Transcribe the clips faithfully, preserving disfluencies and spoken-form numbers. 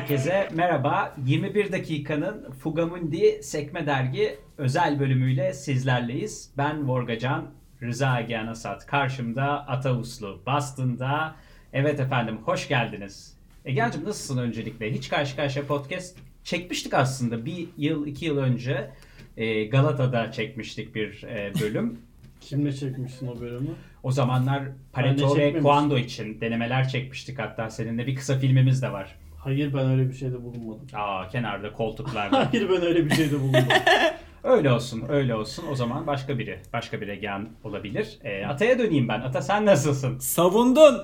Herkese merhaba. yirmi bir dakikanın Fugamundi Sekme Dergi özel bölümüyle sizlerleyiz. Ben Vorgacan, Rıza Egehan Asat. Karşımda Ata Uslu, Boston'da. Evet efendim, hoş geldiniz. Egehan'cığım nasılsın öncelikle? Hiç karşı karşıya podcast çekmiştik aslında. Bir yıl, iki yıl önce e, Galata'da çekmiştik bir e, bölüm. Kimle çekmişsin o bölümü? O zamanlar Pareto ve Kuando için denemeler çekmiştik, hatta seninle bir kısa filmimiz de var. Hayır, ben öyle bir şeyde bulunmadım. Aa, kenarda koltuklarda. Hayır, ben öyle bir şeyde bulunmadım. Öyle olsun, öyle olsun. O zaman başka biri, başka bir Egehan olabilir. E, Ata'ya döneyim ben. Ata, sen nasılsın? Savundun.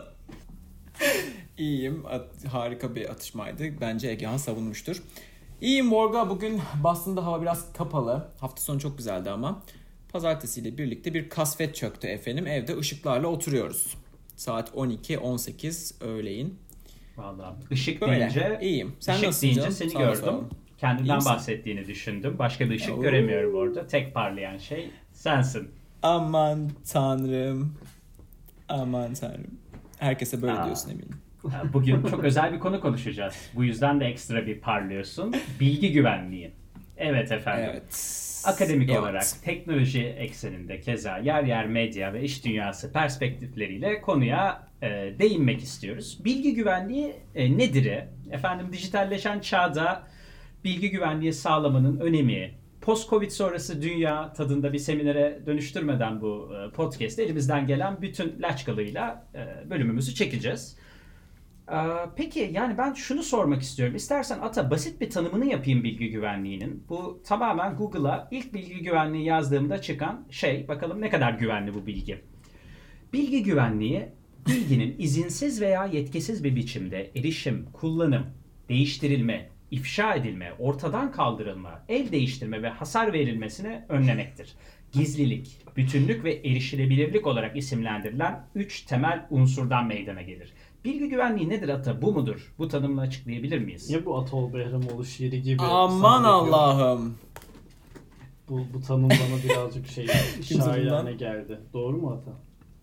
İyiyim. At- harika bir atışmaydı. Bence Egehan savunmuştur. İyiyim Vorga. Bugün Boston'da hava biraz kapalı. Hafta sonu çok güzeldi ama. Pazartesiyle birlikte bir kasvet çöktü efendim. Evde ışıklarla oturuyoruz. Saat on iki on sekiz öğleyin. Vallahi ışık Böyle, deyince, iyiyim. Sen ışık nasılsın deyince canım? seni Sağ gördüm. olun. Kendinden İyi bahsettiğini düşündüm. Başka bir ışık Oo. göremiyorum orada. Tek parlayan şey sensin. Aman tanrım. Aman tanrım. Herkese böyle Aa. diyorsun eminim. Bugün çok özel bir konu konuşacağız. Bu yüzden de ekstra bir parlıyorsun. Bilgi güvenliği. Evet efendim. Evet. Akademik Evet. olarak teknoloji ekseninde keza yer yer medya ve iş dünyası perspektifleriyle konuya e, değinmek istiyoruz. Bilgi güvenliği e, nedir? Efendim, dijitalleşen çağda bilgi güvenliği sağlamanın önemi, post-Covid sonrası dünya tadında bir seminere dönüştürmeden bu e, podcast'te elimizden gelen bütün laçkalığıyla e, bölümümüzü çekeceğiz. Ee, Peki, yani ben şunu sormak istiyorum. İstersen Ata, basit bir tanımını yapayım bilgi güvenliğinin. Bu tamamen Google'a ilk bilgi güvenliği yazdığımda çıkan şey. Bakalım ne kadar güvenli bu bilgi. Bilgi güvenliği, bilginin izinsiz veya yetkisiz bir biçimde erişim, kullanım, değiştirilme, ifşa edilme, ortadan kaldırılma, el değiştirme ve hasar verilmesini önlemektir. Gizlilik, bütünlük ve erişilebilirlik olarak isimlendirilen üç temel unsurdan meydana gelir. Bilgi güvenliği nedir Ata? Bu mudur? Bu tanımla açıklayabilir miyiz? Ya bu Atol Behramoğlu şiiri gibi. Aman Allah'ım. Bu, bu tanım bana birazcık şey şairane geldi. Doğru mu Ata?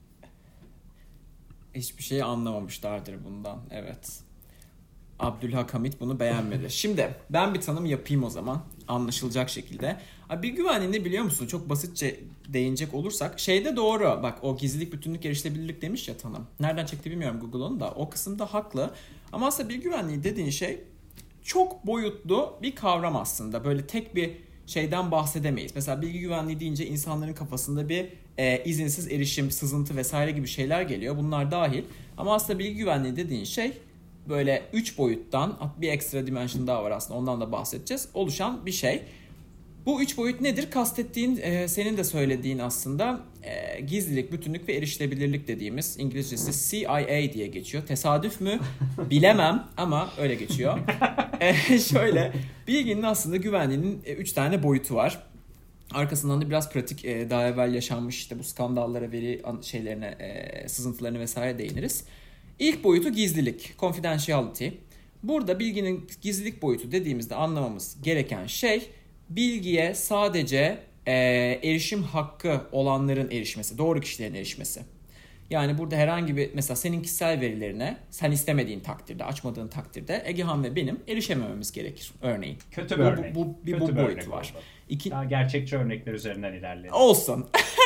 Hiçbir şey anlamamışlardır bundan. Evet. Abdülhakamit bunu beğenmedi. Şimdi ben bir tanım yapayım o zaman. Anlaşılacak şekilde. Abi, bilgi güvenliğini biliyor musun? Çok basitçe değinecek olursak. Şeyde doğru. Bak, o gizlilik, bütünlük, erişilebilirlik demiş ya tanım. Nereden çekti bilmiyorum Google onu da. O kısımda haklı. Ama aslında bilgi güvenliği dediğin şey çok boyutlu bir kavram aslında. Böyle tek bir şeyden bahsedemeyiz. Mesela bilgi güvenliği deyince insanların kafasında bir e, izinsiz erişim, sızıntı vesaire gibi şeyler geliyor. Bunlar dahil. Ama aslında bilgi güvenliği dediğin şey böyle üç boyuttan, bir ekstra dimension daha var aslında, ondan da bahsedeceğiz, oluşan bir şey. Bu üç boyut nedir? Kastettiğin, e, senin de söylediğin aslında e, gizlilik, bütünlük ve erişilebilirlik dediğimiz, İngilizcesi C I A diye geçiyor. Tesadüf mü? Bilemem ama öyle geçiyor. e, şöyle, bilginin aslında güvenliğinin e, üç tane boyutu var. Arkasından da biraz pratik, e, daha evvel yaşanmış işte bu skandallara, veri şeylerine, e, sızıntılarına vesaire değiniriz. İlk boyutu gizlilik, confidentiality. Burada bilginin gizlilik boyutu dediğimizde anlamamız gereken şey, bilgiye sadece e, erişim hakkı olanların erişmesi, doğru kişilerin erişmesi. Yani burada herhangi bir, mesela senin kişisel verilerine sen istemediğin takdirde, açmadığın takdirde Egehan ve benim erişemememiz gerekir örneğin. Kötü bir bu, örnek. Bu, bu, bir Kötü bu bir boyutu örnek var. oldu. İki... Daha gerçekçi örnekler üzerinden ilerleyelim. Olsun.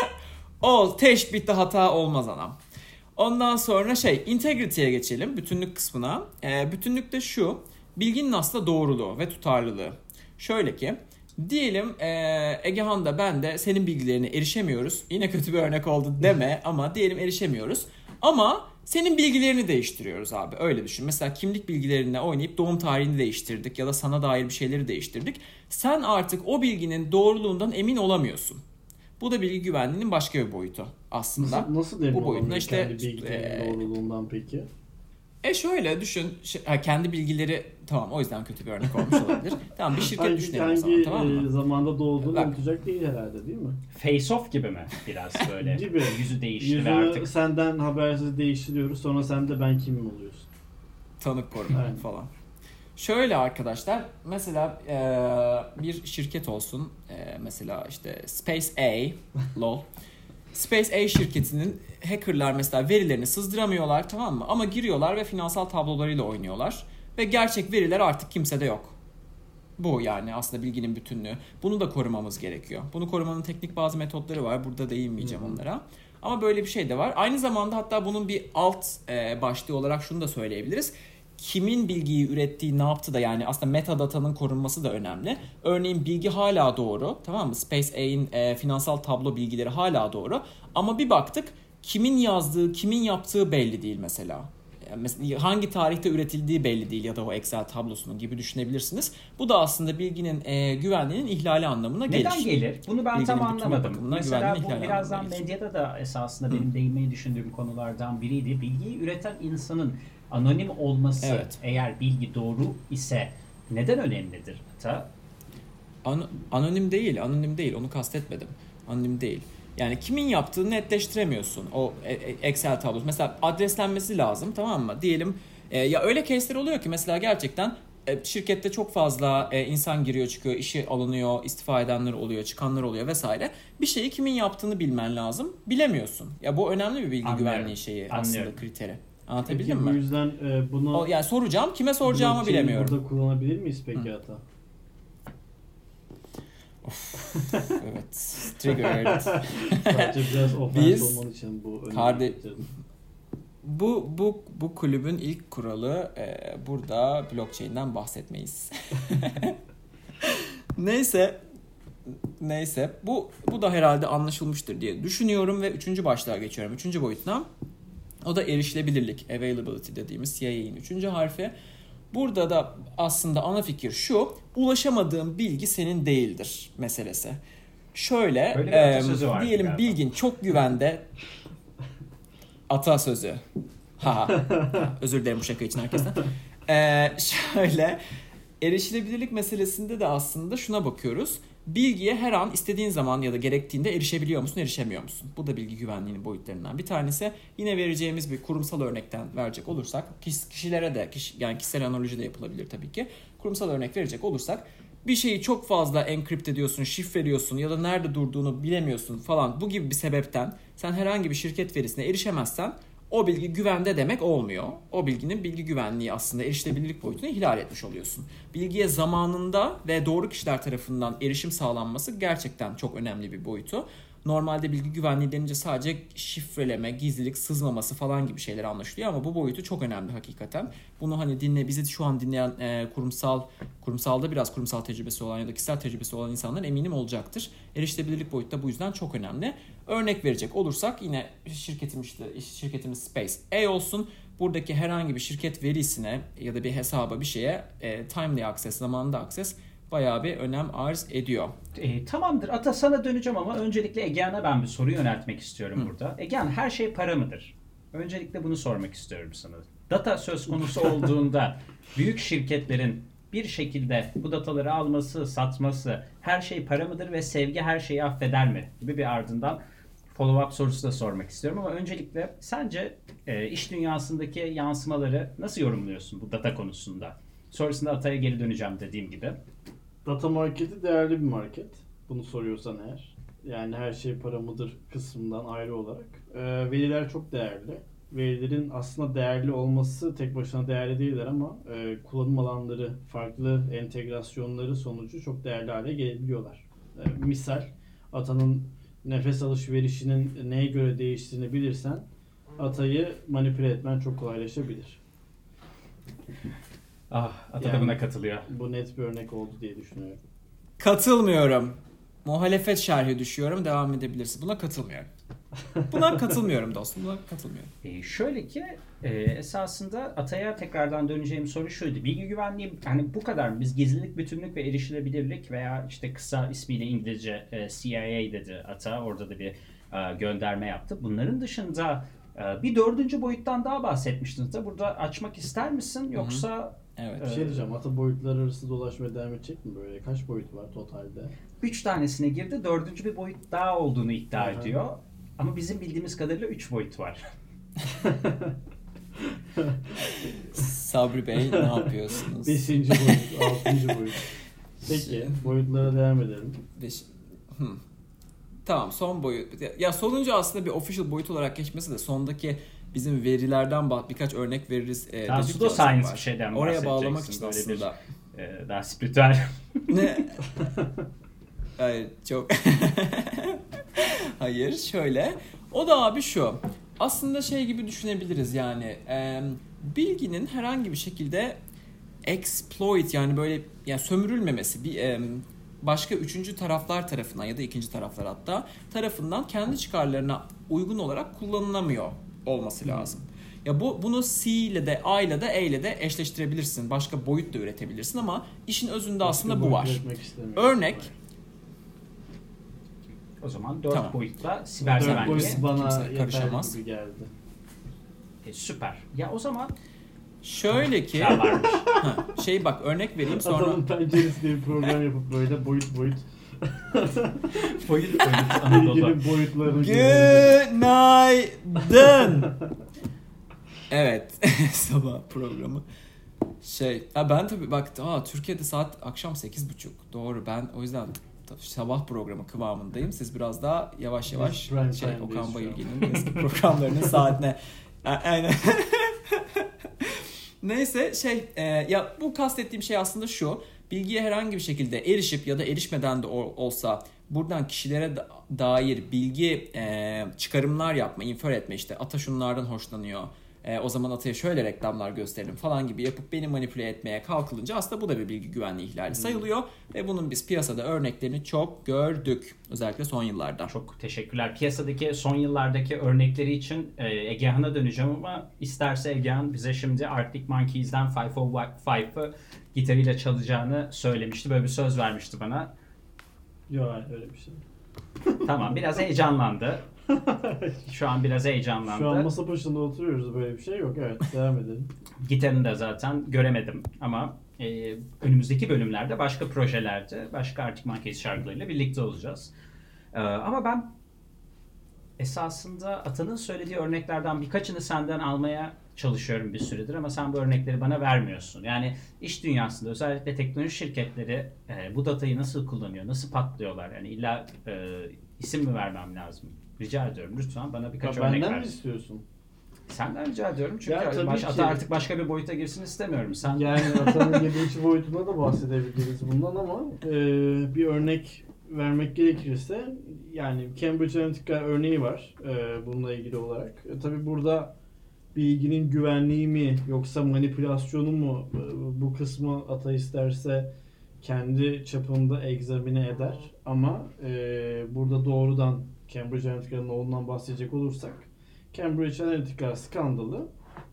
Ol, teşbihte hata olmaz anam. Ondan sonra şey, integrity'ye geçelim, bütünlük kısmına. Ee, bütünlük de şu, bilginin aslında doğruluğu ve tutarlılığı. Şöyle ki, diyelim e, Egehan da ben de senin bilgilerine erişemiyoruz. Yine kötü bir örnek oldu deme ama diyelim erişemiyoruz. Ama senin bilgilerini değiştiriyoruz abi, öyle düşün. Mesela kimlik bilgilerinle oynayıp doğum tarihini değiştirdik ya da sana dair bir şeyleri değiştirdik. Sen artık o bilginin doğruluğundan emin olamıyorsun. Bu da bilgi güvenliğinin başka bir boyutu aslında. Nasıl, nasıl emin bu boyutuna olamıyor işte kendi bilgilerinin e, doğruluğundan peki? E şöyle düşün, şey, ha, kendi bilgileri, tamam, o yüzden kötü bir örnek olmuş olabilir. Tamam, bir şirket Hangi, düşünelim o hangi zaman, tamam mı? e, zamanda doğduğunu Bak. unutacak değil herhalde, değil mi? Face off gibi mi? Biraz böyle. Gibi. Yüzü değişti Yüzünü ve artık. senden habersiz değiştiriyoruz, sonra sen de ben kimim oluyorsun. Tanık koruma Aynen. falan. Şöyle arkadaşlar, mesela e, bir şirket olsun, e, mesela işte Space A, lol. Space A şirketinin hackerlar mesela verilerini sızdıramıyorlar, tamam mı? Ama giriyorlar ve finansal tablolarıyla oynuyorlar. ve gerçek veriler artık kimsede yok. Bu yani aslında bilginin bütünlüğü. Bunu da korumamız gerekiyor. Bunu korumanın teknik bazı metotları var. Burada değinmeyeceğim Hı-hı. onlara. Ama böyle bir şey de var. Aynı zamanda hatta bunun bir alt e, başlığı olarak şunu da söyleyebiliriz. Kimin bilgiyi ürettiği, ne yaptı da yani aslında metadatanın korunması da önemli. Örneğin bilgi hala doğru, tamam mı? SpaceX'in e, finansal tablo bilgileri hala doğru. Ama bir baktık kimin yazdığı, kimin yaptığı belli değil mesela. Mesela hangi tarihte üretildiği belli değil ya da o Excel tablosunun gibi düşünebilirsiniz. Bu da aslında bilginin e, güvenliğinin ihlali anlamına gelir. Neden gelir? Bunu ben Bilginin tam bütünlüğü anlamadım. bakımından Mesela güvenliğinin bu ihlali birazdan anlamına gelir. medyada da esasında Hı. benim değinmeyi düşündüğüm konulardan biriydi. Bilgiyi üreten insanın anonim olması, Evet. eğer bilgi doğru ise neden önemlidir Ata? An- anonim değil, anonim değil. Onu kastetmedim. Anonim değil. Yani kimin yaptığını netleştiremiyorsun. O e- e- Excel tablosu. Mesela adreslenmesi lazım, tamam mı? Diyelim e, ya öyle case'ler oluyor ki mesela gerçekten e, şirkette çok fazla e, insan giriyor çıkıyor, işi alınıyor, istifa edenler oluyor, çıkanlar oluyor vesaire. Bir şeyi kimin yaptığını bilmen lazım. Bilemiyorsun. Ya bu önemli bir bilgi Anlıyorum. güvenliği şeyi Anlıyorum. aslında kriteri. Peki Anlatabildim bu mi? yüzden e, bunu O, yani soracağım, kime soracağımı blockchain'i bilemiyorum. burada kullanabilir miyiz peki Hı. Ata? Evet, triggered. Sadece biraz ofens Biz- olman için bu öneriyi Karde- getirdim. Bu bu bu kulübün ilk kuralı e, burada blockchain'den bahsetmeyiz. Neyse neyse bu bu da herhalde anlaşılmıştır diye düşünüyorum ve üçüncü başlığa geçiyorum. Üçüncü boyutuna. O da erişilebilirlik, availability dediğimiz C I A'nin üçüncü harfi. Burada da aslında ana fikir şu: ulaşamadığın bilgi senin değildir meselesi. Şöyle, Böyle bir e, atasözü vardı diyelim galiba. bilgin çok güvende. Atasözü. Ha ha. Özür dilerim bu şaka için herkesten. Ee, şöyle, erişilebilirlik meselesinde de aslında şuna bakıyoruz. Bilgiye her an istediğin zaman ya da gerektiğinde erişebiliyor musun, erişemiyor musun? Bu da bilgi güvenliğinin boyutlarından bir tanesi. Yine vereceğimiz bir kurumsal örnekten verecek olursak, kişilere de, kişi, yani kişisel analoji de yapılabilir tabii ki. Kurumsal örnek verecek olursak, bir şeyi çok fazla enkripte ediyorsun, şifreliyorsun ya da nerede durduğunu bilemiyorsun falan, bu gibi bir sebepten sen herhangi bir şirket verisine erişemezsen o bilgi güvende demek olmuyor. O bilginin bilgi güvenliği aslında erişilebilirlik boyutunu ihlal etmiş oluyorsun. Bilgiye zamanında ve doğru kişiler tarafından erişim sağlanması gerçekten çok önemli bir boyutu. Normalde bilgi güvenliği denince sadece şifreleme, gizlilik, sızmaması falan gibi şeyler anlaşılıyor ama bu boyutu çok önemli hakikaten. Bunu hani dinle, bizi şu an dinleyen e, kurumsal, kurumsalda biraz kurumsal tecrübesi olan ya da kişisel tecrübesi olan insanlar eminim olacaktır. Erişilebilirlik boyutu da bu yüzden çok önemli. Örnek verecek olursak yine şirketimiz işte şirketimiz SpaceX olsun. Buradaki herhangi bir şirket verisine ya da bir hesaba, bir şeye e, timely access, zamanında access bayağı bir önem arz ediyor. E, tamamdır. Ata, sana döneceğim ama öncelikle Egehan'a ben bir soru yöneltmek istiyorum Hı. burada. Egehan, her şey para mıdır? Öncelikle bunu sormak istiyorum sana. Data söz konusu olduğunda büyük şirketlerin bir şekilde bu dataları alması, satması, her şey para mıdır ve sevgi her şeyi affeder mi gibi bir ardından follow-up sorusu da sormak istiyorum ama öncelikle sence e, iş dünyasındaki yansımaları nasıl yorumluyorsun bu data konusunda? Sonrasında Ata'ya geri döneceğim dediğim gibi. Data marketi değerli bir market. Bunu soruyorsan eğer. Yani her şey para mıdır kısmından ayrı olarak. Ee, veriler çok değerli. Verilerin aslında değerli olması tek başına değerli değiller ama e, kullanım alanları, farklı entegrasyonları sonucu çok değerli hale gelebiliyorlar. E, misal, Ata'nın nefes alışverişinin neye göre değiştiğini bilirsen Ata'yı manipüle etmen çok kolaylaşabilir. Ah, Ata da Yani- buna katılıyor. Bu net bir örnek oldu diye düşünüyorum. Katılmıyorum. Muhalefet şerhi düşüyorum. Devam edebilirsin. Buna katılmıyorum. Buna katılmıyorum dostum. Buna katılmıyorum. E, şöyle ki e, esasında Atay'a tekrardan döneceğim soru şuydu. Bilgi güvenliği hani bu kadar mı? Biz gizlilik, bütünlük ve erişilebilirlik veya işte kısa ismiyle İngilizce e, C I A dedi Ata. Orada da bir e, gönderme yaptı. Bunların dışında e, bir dördüncü boyuttan daha bahsetmiştiniz de. Burada açmak ister misin? Yoksa Evet. Bir şey diyeceğim. Ata boyutlar arası dolaşmaya devam edecek mi böyle? Kaç boyut var totalde? üç tanesine girdi. Dördüncü bir boyut daha olduğunu iddia Aha. ediyor. Ama bizim bildiğimiz kadarıyla üç boyut var. Sabri Bey ne yapıyorsunuz? Beşinci boyut, altıncı boyut. Peki, boyutlara devam edelim. Beş... Hmm. Tamam, son boyut. Ya sonuncu aslında bir official boyut olarak geçmesi de sondaki bizim verilerden bah- birkaç örnek veririz. E, Daha dedik ya, pseudoscience var. bir şeyden Oraya bağlamak bahsedeceksin, için böyle bir- aslında. Ee, daha spiritüel. Ne? Hayır, çok. Hayır, şöyle. O da abi şu. Aslında şey gibi düşünebiliriz yani. E, bilginin herhangi bir şekilde exploit, yani böyle yani sömürülmemesi, bir e, başka üçüncü taraflar tarafından ya da ikinci taraflar hatta tarafından kendi çıkarlarına uygun olarak kullanılamıyor olması lazım. Ya bu bunu C ile de A ile de E ile de eşleştirebilirsin. Başka boyut da üretebilirsin ama işin özünde aslında bu var. Örnek. O zaman dört Tamam. boyutla siber Dört güvenliği. boyut bana kimse yeter karışamaz. gibi geldi. E, süper. Ya o zaman Şöyle ki ya varmış. ha, şey bak örnek vereyim sonra. Atalım penceresi diye bir program yapıp böyle boyut boyut boyut boyut Anadolu. bilginin boyutlarını görelim. Günaydın. Evet, sabah programı. Şey, ha ben tabii bak, aa, Türkiye'de saat akşam sekiz buçuk. Doğru, ben o yüzden t- sabah programı kıvamındayım. Siz biraz daha yavaş yavaş Prime şey, time'deyiz Okan şu an. Bayülgen'in eski programlarının saatine. A- Aynen. Neyse şey, e, ya bu kastettiğim şey aslında şu. Bilgiye herhangi bir şekilde erişip ya da erişmeden de ol- olsa buradan kişilere da- dair bilgi e, çıkarımlar yapma, infer etme, işte ata şunlardan hoşlanıyor. E, o zaman ataya şöyle reklamlar gösterelim falan gibi yapıp beni manipüle etmeye kalkılınca aslında bu da bir bilgi güvenliği ihlali sayılıyor. Ve bunun biz piyasada örneklerini çok gördük. Özellikle son yıllarda. Çok teşekkürler. Piyasadaki son yıllardaki örnekleri için e, Egehan'a döneceğim ama isterse Egehan bize şimdi Arctic Monkeys'den beş yüz beş'i gitarıyla çalacağını söylemişti. Böyle bir söz vermişti bana. Yok öyle bir şey. Tamam, biraz heyecanlandı. Şu an biraz heyecanlandı. Şu an masa başında oturuyoruz, böyle bir şey yok. Evet, devam edelim. Gitarını da zaten göremedim ama e, önümüzdeki bölümlerde başka projelerde başka Arctic Monkeys şarkılarıyla birlikte olacağız. E, ama ben esasında Atan'ın söylediği örneklerden birkaçını senden almaya çalışıyorum bir süredir ama sen bu örnekleri bana vermiyorsun. Yani iş dünyasında özellikle teknoloji şirketleri e, bu datayı nasıl kullanıyor, nasıl patlıyorlar? Yani illa e, isim mi vermem lazım? Rica ediyorum lütfen bana birkaç Ya örnek benden ver. mi istiyorsun? Senden rica ediyorum çünkü Ya tabii baş, ki. Ata artık başka bir boyuta girsin istemiyorum. Sen Yani Atan'ın yedinci boyutuna da bahsedebiliriz bundan ama e, bir örnek vermek gerekirse yani Cambridge Analytica örneği var e, bununla ilgili olarak. E, tabii burada bilginin güvenliği mi yoksa manipülasyonu mu, e, bu kısmı Ata isterse kendi çapında egzamine eder ama e, burada doğrudan Cambridge Analytica'nın oğlundan bahsedecek olursak Cambridge Analytica skandalı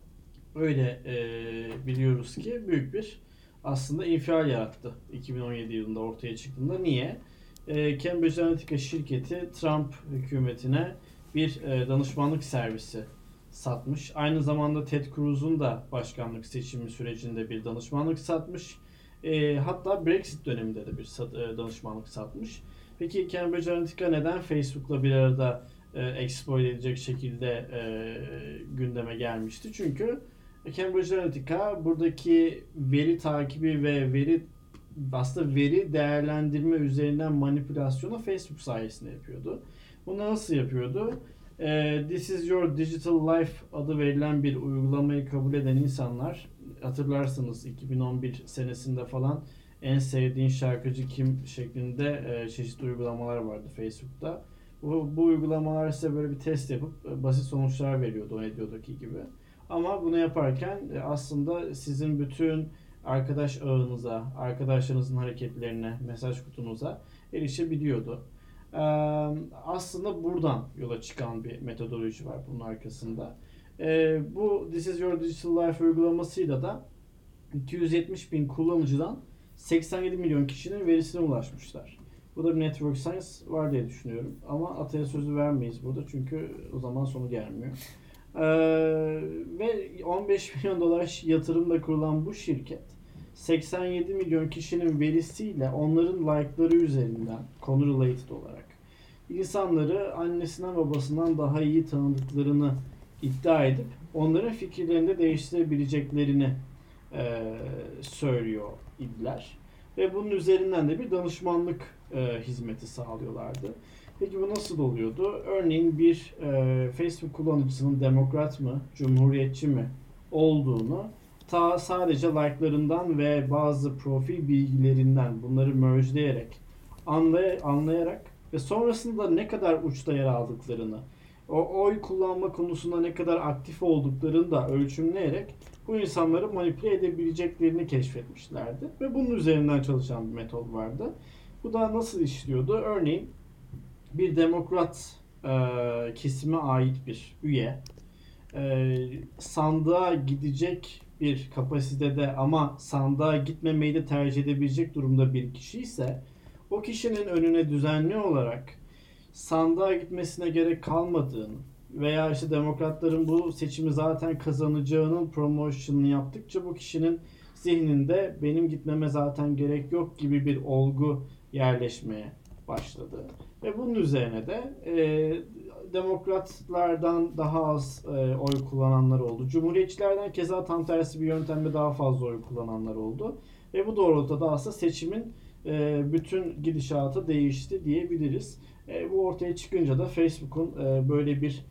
öyle e, biliyoruz ki büyük bir aslında infial yarattı iki bin on yedi yılında ortaya çıktığında. Niye? E, Cambridge Analytica şirketi Trump hükümetine bir e, danışmanlık servisi satmış. Aynı zamanda Ted Cruz'un da başkanlık seçimi sürecinde bir danışmanlık satmış. E, hatta Brexit döneminde de bir sat, e, danışmanlık satmış. Peki Cambridge Analytica neden Facebook'la bir arada e, exploit edecek şekilde e, gündeme gelmişti? Çünkü Cambridge Analytica buradaki veri takibi ve veri aslında veri değerlendirme üzerinden manipülasyonu Facebook sayesinde yapıyordu. Bunu nasıl yapıyordu? E, This is your digital life adı verilen bir uygulamayı kabul eden insanlar, hatırlarsınız iki bin on bir senesinde falan en sevdiğin şarkıcı kim şeklinde e, çeşitli uygulamalar vardı Facebook'ta. Bu, bu uygulamalar size böyle bir test yapıp e, basit sonuçlar veriyordu o Edio'daki gibi. Ama bunu yaparken e, aslında sizin bütün arkadaş ağınıza, arkadaşlarınızın hareketlerine, mesaj kutunuza erişebiliyordu. Ee, aslında buradan yola çıkan bir metodoloji var bunun arkasında. Ee, bu This is your digital life uygulamasıyla da iki yüz yetmiş bin kullanıcıdan seksen yedi milyon kişinin verisine ulaşmışlar. Bu da bir network science var diye düşünüyorum. Ama Atay'a sözü vermeyiz burada çünkü o zaman sonu gelmiyor. Ee, ve on beş milyon dolar yatırımla kurulan bu şirket seksen yedi milyon kişinin verisiyle onların like'ları üzerinden konu related olarak insanları annesinden babasından daha iyi tanıdıklarını iddia edip onların fikirlerini de değiştirebileceklerini e, söylüyor idiler. Ve bunun üzerinden de bir danışmanlık e, hizmeti sağlıyorlardı. Peki bu nasıl oluyordu? Örneğin bir e, Facebook kullanıcısının demokrat mı, cumhuriyetçi mi olduğunu ta sadece like'larından ve bazı profil bilgilerinden bunları merge'leyerek, anlay anlayarak ve sonrasında ne kadar uçta yer aldıklarını, o oy kullanma konusunda ne kadar aktif olduklarını da ölçümleyerek bu insanları manipüle edebileceklerini keşfetmişlerdi. Ve bunun üzerinden çalışan bir metot vardı. Bu da nasıl işliyordu? Örneğin bir demokrat e, kesime ait bir üye e, sandığa gidecek bir kapasitede ama sandığa gitmemeyi de tercih edebilecek durumda bir kişi ise o kişinin önüne düzenli olarak sandığa gitmesine gerek kalmadığını veya işte demokratların bu seçimi zaten kazanacağının promotion'ını yaptıkça bu kişinin zihninde benim gitmeme zaten gerek yok gibi bir olgu yerleşmeye başladı. Ve bunun üzerine de e, demokratlardan daha az e, oy kullananlar oldu. Cumhuriyetçilerden keza tam tersi bir yöntemle daha fazla oy kullananlar oldu. Ve bu doğrultuda aslında seçimin e, bütün gidişatı değişti diyebiliriz. E, bu ortaya çıkınca da Facebook'un e, böyle bir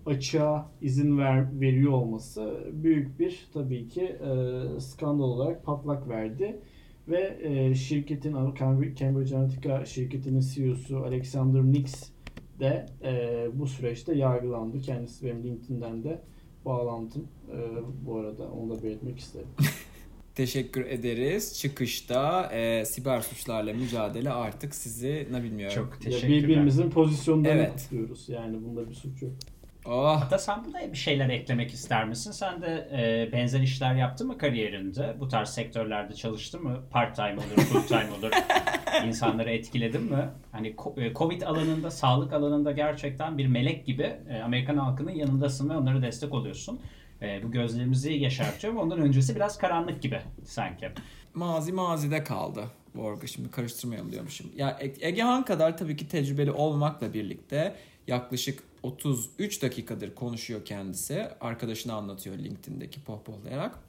açığa izin ver, veriyor olması büyük bir tabii ki e, skandal olarak patlak verdi. Ve e, şirketin Cambridge Analytica şirketinin C E O'su Alexander Nix de e, bu süreçte yargılandı. Kendisi benim LinkedIn'den de bağlantım e, bu arada onu da belirtmek isterim. Teşekkür ederiz. Çıkışta e, siber suçlarla mücadele artık sizi ne bilmiyorum. Çok Ya teşekkürler. birbirimizin pozisyonlarını Evet. kutluyoruz. Yani bunda bir suç yok. Oh. Hatta sen buna bir şeyler eklemek ister misin? Sen de e, benzer işler yaptın mı kariyerinde? Bu tarz sektörlerde çalıştın mı? Part time olur, full time olur. İnsanları etkiledin mi? Hani Covid alanında, sağlık alanında gerçekten bir melek gibi e, Amerikan halkının yanındasın ve onlara destek oluyorsun. E, bu gözlerimizi yaşartıyor ve ondan öncesi biraz karanlık gibi sanki. Mazi mazide kaldı. Bu arada şimdi karıştırmayalım diyormuşum. Ya E- Egehan kadar tabii ki tecrübeli olmakla birlikte yaklaşık otuz üç dakikadır konuşuyor kendisi. Arkadaşını anlatıyor LinkedIn'deki pohpohlayarak.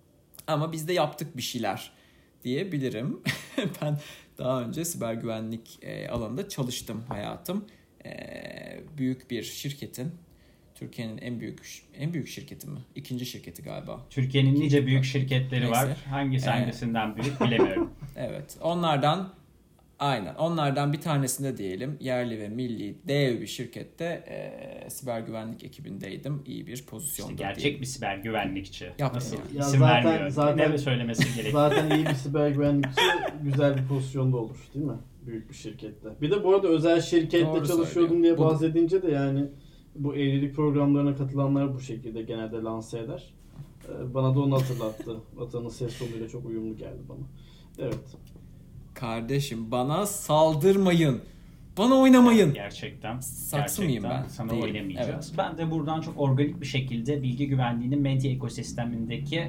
Ama biz de yaptık bir şeyler diyebilirim. Ben daha önce siber güvenlik e, alanında çalıştım hayatım. E, büyük bir şirketin, Türkiye'nin en büyük en büyük şirketi mi? İkinci şirketi galiba. Türkiye'nin nice büyük şirketleri Neyse. var. Hangisi Ee, hangisinden büyük bilemiyorum. Evet. Onlardan aynen. Onlardan bir tanesinde diyelim yerli ve milli dev bir şirkette e, siber güvenlik ekibindeydim. İyi bir pozisyonda İşte gerçek diyelim. bir siber güvenlikçi. Yapma Nasıl? ya. Ya İsim zaten- vermiyor. zaten- Ne söylemesi gerekiyor? Zaten iyi bir siber güvenlikçi güzel bir pozisyonda olur değil mi? Büyük bir şirkette. Bir de bu arada özel şirkette Doğru çalışıyordum söylüyor. diye Bu- bahsedince de yani bu evlilik programlarına katılanlar bu şekilde genelde lanse eder. Ee, Bana da onu hatırlattı. Vatanın ses tonuyla çok uyumlu geldi bana. Evet. Kardeşim bana saldırmayın. Bana oynamayın. Gerçekten. Saksı gerçekten mıyım ben? Sana Değilim. oynamayacağız. Evet. Ben de buradan çok organik bir şekilde bilgi güvenliğinin medya ekosistemindeki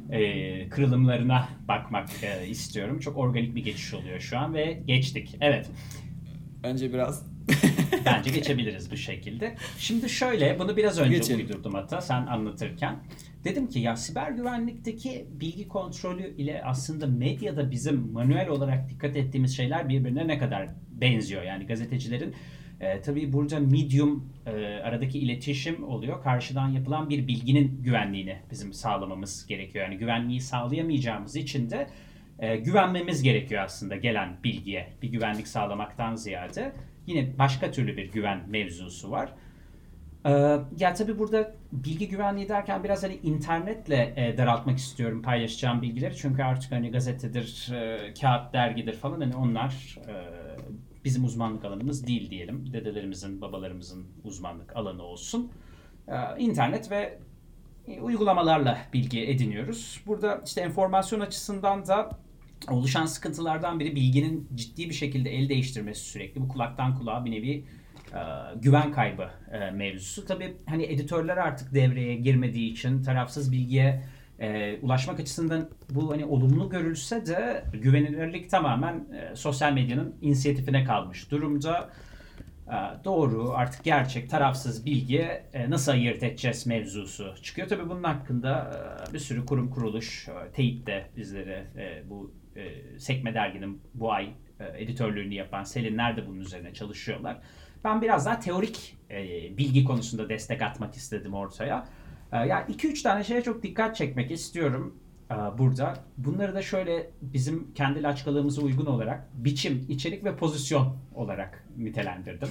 e, kırılımlarına bakmak e, istiyorum. Çok organik bir geçiş oluyor şu an ve geçtik. Evet. Önce biraz Bence geçebiliriz bu şekilde. Şimdi şöyle, bunu biraz önce Geçelim. uydurdum hatta sen anlatırken. Dedim ki ya siber güvenlikteki bilgi kontrolü ile aslında medyada bizim manuel olarak dikkat ettiğimiz şeyler birbirine ne kadar benziyor. Yani gazetecilerin e, tabii burada medium e, aradaki iletişim oluyor. Karşıdan yapılan bir bilginin güvenliğini bizim sağlamamız gerekiyor. Yani güvenliği sağlayamayacağımız için de e, güvenmemiz gerekiyor aslında gelen bilgiye. Bir güvenlik sağlamaktan ziyade yine başka türlü bir güven mevzusu var. Ee, ya tabii burada bilgi güvenliği derken biraz hani internetle e, daraltmak istiyorum paylaşacağım bilgileri. Çünkü artık hani gazetedir, e, kağıt dergidir falan hani onlar e, bizim uzmanlık alanımız değil diyelim. Dedelerimizin, babalarımızın uzmanlık alanı olsun. Ee, internet ve uygulamalarla bilgi ediniyoruz. Burada işte enformasyon açısından da oluşan sıkıntılardan biri bilginin ciddi bir şekilde el değiştirmesi sürekli. Bu kulaktan kulağa bir nevi e, güven kaybı e, mevzusu. Tabii hani editörler artık devreye girmediği için tarafsız bilgiye e, ulaşmak açısından bu hani olumlu görülse de güvenilirlik tamamen e, sosyal medyanın inisiyatifine kalmış durumda. E, doğru, artık gerçek, tarafsız bilgiye e, nasıl ayırt edeceğiz mevzusu çıkıyor. Tabii bunun hakkında e, bir sürü kurum kuruluş, e, teyit de bizlere e, bu e, Sekme Dergi'nin bu ay e, editörlüğünü yapan Selinler de bunun üzerine çalışıyorlar. Ben biraz daha teorik e, bilgi konusunda destek atmak istedim ortaya. E, yani iki üç tane şeye çok dikkat çekmek istiyorum e, burada. Bunları da şöyle bizim kendi laçkalığımıza uygun olarak biçim, içerik ve pozisyon olarak nitelendirdim.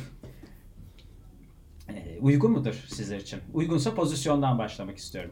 E, uygun mudur sizler için? Uygunsa pozisyondan başlamak istiyorum.